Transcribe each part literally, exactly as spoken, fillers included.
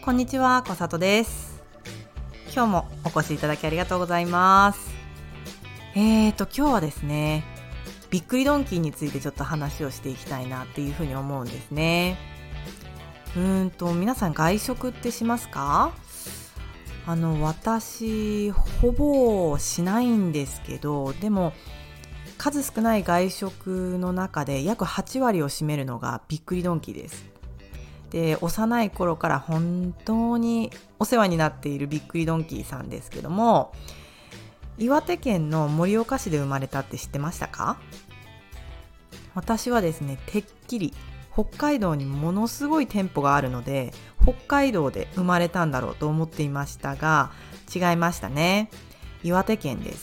こんにちは、こさとです。今日もお越しいただきありがとうございます。えーと今日はですね、びっくりドンキーについてちょっと話をしていきたいなっていうふうに思うんですね。うーんと皆さん外食ってしますか？あの私ほぼしないんですけど、でも数少ない外食の中で約はち割を占めるのがびっくりドンキーです。で、幼い頃から本当にお世話になっているびっくりドンキーさんですけども、岩手県の盛岡市で生まれたって知ってましたか？私はですね、てっきり北海道にものすごい店舗があるので、北海道で生まれたんだろうと思っていましたが、違いましたね。岩手県です。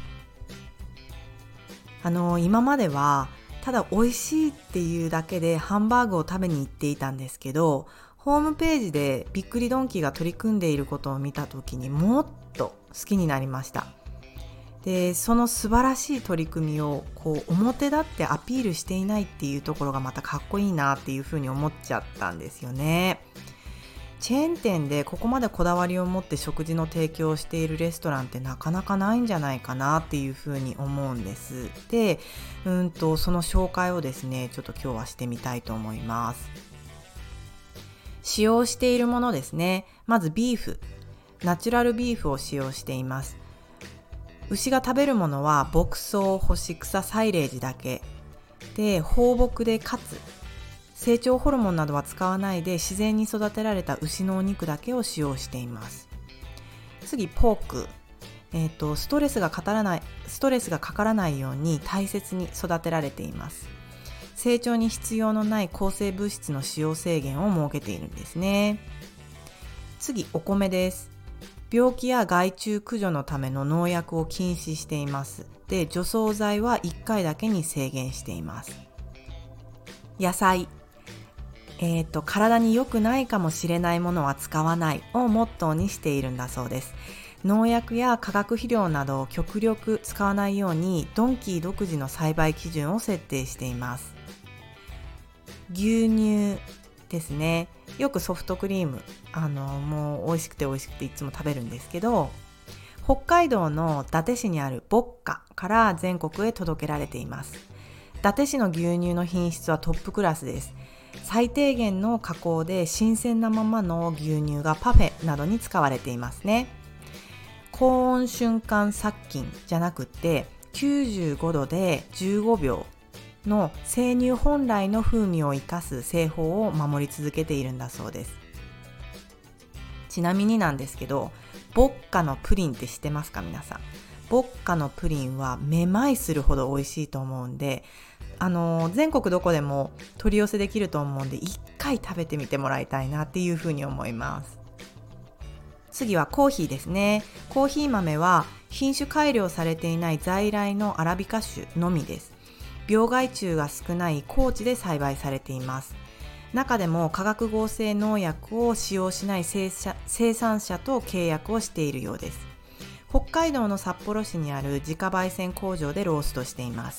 あの今まではただ美味しいっていうだけでハンバーグを食べに行っていたんですけど、ホームページでびっくりドンキーが取り組んでいることを見た時にもっと好きになりました。で、その素晴らしい取り組みをこう表立ってアピールしていないっていうところがまたかっこいいなっていうふうに思っちゃったんですよね。チェーン店でここまでこだわりを持って食事の提供をしているレストランってなかなかないんじゃないかなっていうふうに思うんです。で、うんとその紹介をですね、ちょっと今日はしてみたいと思います。使用しているものですね。まずビーフ、ナチュラルビーフを使用しています。牛が食べるものは牧草、干し草、サイレージだけで、放牧でかつ成長ホルモンなどは使わないで自然に育てられた牛のお肉だけを使用しています。次、ポーク、えーと、ストレスがかからない、ストレスがかからないように大切に育てられています。成長に必要のない抗生物質の使用制限を設けているんですね。次、お米です。病気や害虫駆除のための農薬を禁止しています。で、除草剤はいっかいだけに制限しています。野菜、えーと、体に良くないかもしれないものは使わないをモットーにしているんだそうです。農薬や化学肥料などを極力使わないようにドンキー独自の栽培基準を設定しています。牛乳ですね。よくソフトクリーム、あのもう美味しくて美味しくていつも食べるんですけど、北海道の伊達市にある牧歌から全国へ届けられています。伊達市の牛乳の品質はトップクラスです。最低限の加工で新鮮なままの牛乳がパフェなどに使われていますね。高温瞬間殺菌じゃなくてきゅうじゅうごどでじゅうごびょうの生乳本来の風味を生かす製法を守り続けているんだそうです。ちなみになんですけど、牧歌のプリンって知ってますか皆さん。牧歌のプリンはめまいするほど美味しいと思うんで、あの全国どこでも取り寄せできると思うんで、一回食べてみてもらいたいなっていうふうに思います。次はコーヒーですね。コーヒー豆は品種改良されていない在来のアラビカ種のみです。病害虫が少ない高地で栽培されています。中でも化学合成農薬を使用しない生産生産者と契約をしているようです。北海道の札幌市にある自家焙煎工場でローストしています。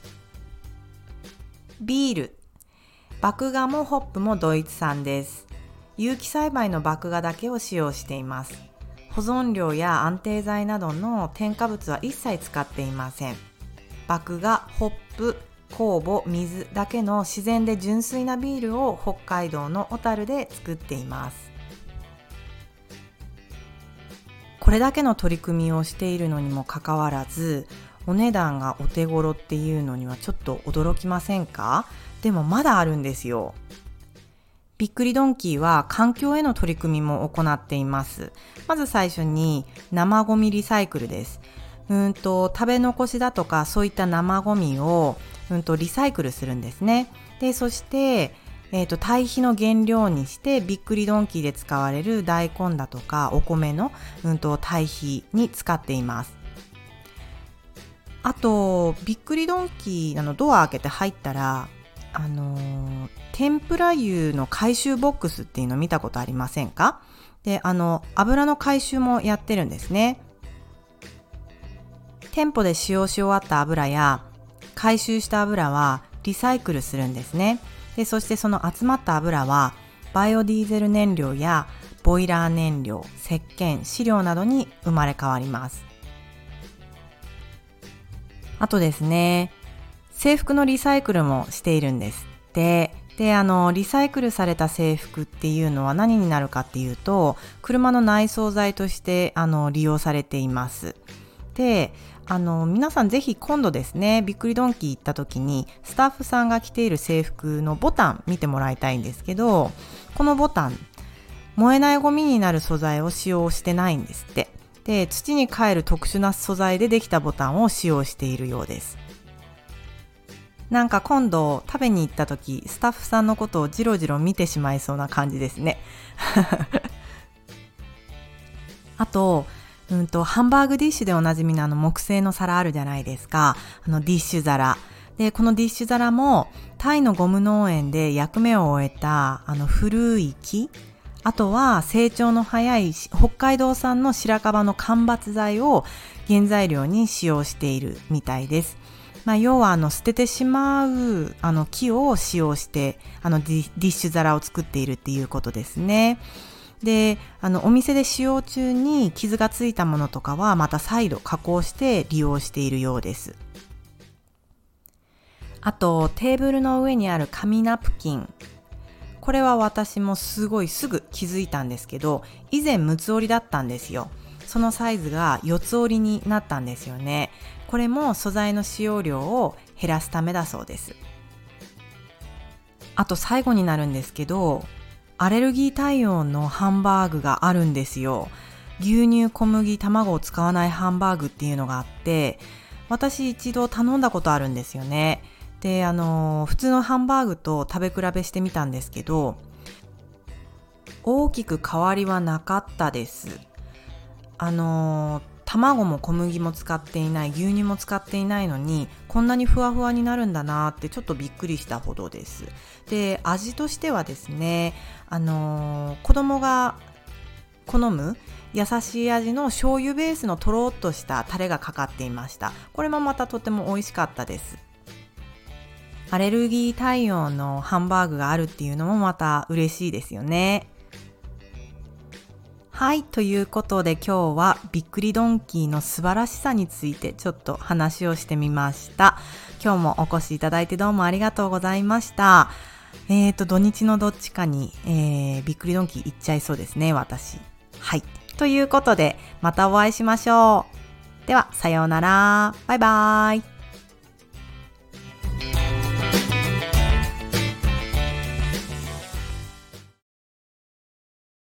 ビール、麦芽もホップもドイツ産です。有機栽培の麦芽だけを使用しています。保存料や安定剤などの添加物は一切使っていません。麦芽、ホップ、酵母、水だけの自然で純粋なビールを北海道の小樽で作っています。これだけの取り組みをしているのにもかかわらず、お値段がお手頃っていうのにはちょっと驚きませんか？でもまだあるんですよ。びっくりドンキーは環境への取り組みも行っています。まず最初に生ゴミリサイクルです。うんと食べ残しだとかそういった生ゴミをうんとリサイクルするんですね。で、そして、えーと堆肥の原料にしてびっくりドンキーで使われる大根だとかお米のうんと堆肥に使っています。あとびっくりドンキーのドア開けて入ったら、あのー、天ぷら油の回収ボックスっていうの見たことありませんか？で、あの油の回収もやってるんですね。店舗で使用し終わった油や回収した油はリサイクルするんですね。で、そしてその集まった油はバイオディーゼル燃料やボイラー燃料、石鹸、飼料などに生まれ変わります。あとですね、制服のリサイクルもしているんですって。で、あのリサイクルされた制服っていうのは何になるかっていうと、車の内装材としてあの利用されています。で、あの皆さんぜひ今度ですね、びっくりドンキー行った時にスタッフさんが着ている制服のボタン見てもらいたいんですけど、このボタン、燃えないゴミになる素材を使用してないんですって。で、土に還る特殊な素材でできたボタンを使用しているようです。なんか今度食べに行った時、スタッフさんのことをじろじろ見てしまいそうな感じですね。あと、うんと、ハンバーグディッシュでおなじみのあの木製の皿あるじゃないですか。あのディッシュ皿。で、このディッシュ皿もタイのゴム農園で役目を終えたあの古い木、あとは成長の早い北海道産の白樺の間伐材を原材料に使用しているみたいです。まあ、要はあの捨ててしまうあの木を使用してあのディ、ディッシュ皿を作っているっていうことですね。で、あのお店で使用中に傷がついたものとかはまた再度加工して利用しているようです。あとテーブルの上にある紙ナプキン、これは私もすごいすぐ気づいたんですけど、以前むつ折りだったんですよ。そのサイズがよつ折りになったんですよね。これも素材の使用量を減らすためだそうです。あと最後になるんですけど、アレルギー対応のハンバーグがあるんですよ。牛乳、小麦、卵を使わないハンバーグっていうのがあって、私一度頼んだことあるんですよね。で、あの普通のハンバーグと食べ比べしてみたんですけど、大きく変わりはなかったです。あの卵も小麦も使っていない、牛乳も使っていないのにこんなにふわふわになるんだなってちょっとびっくりしたほどです。で、味としてはですね、あの子供が好む優しい味の醤油ベースのとろっとしたタレがかかっていました。これもまたとても美味しかったです。アレルギー対応のハンバーグがあるっていうのもまた嬉しいですよね。はい、ということで今日はびっくりドンキーの素晴らしさについてちょっと話をしてみました。今日もお越しいただいてどうもありがとうございました。えーと土日のどっちかに、えー、びっくりドンキー行っちゃいそうですね、私。はい、ということでまたお会いしましょう。ではさようなら、バイバイ。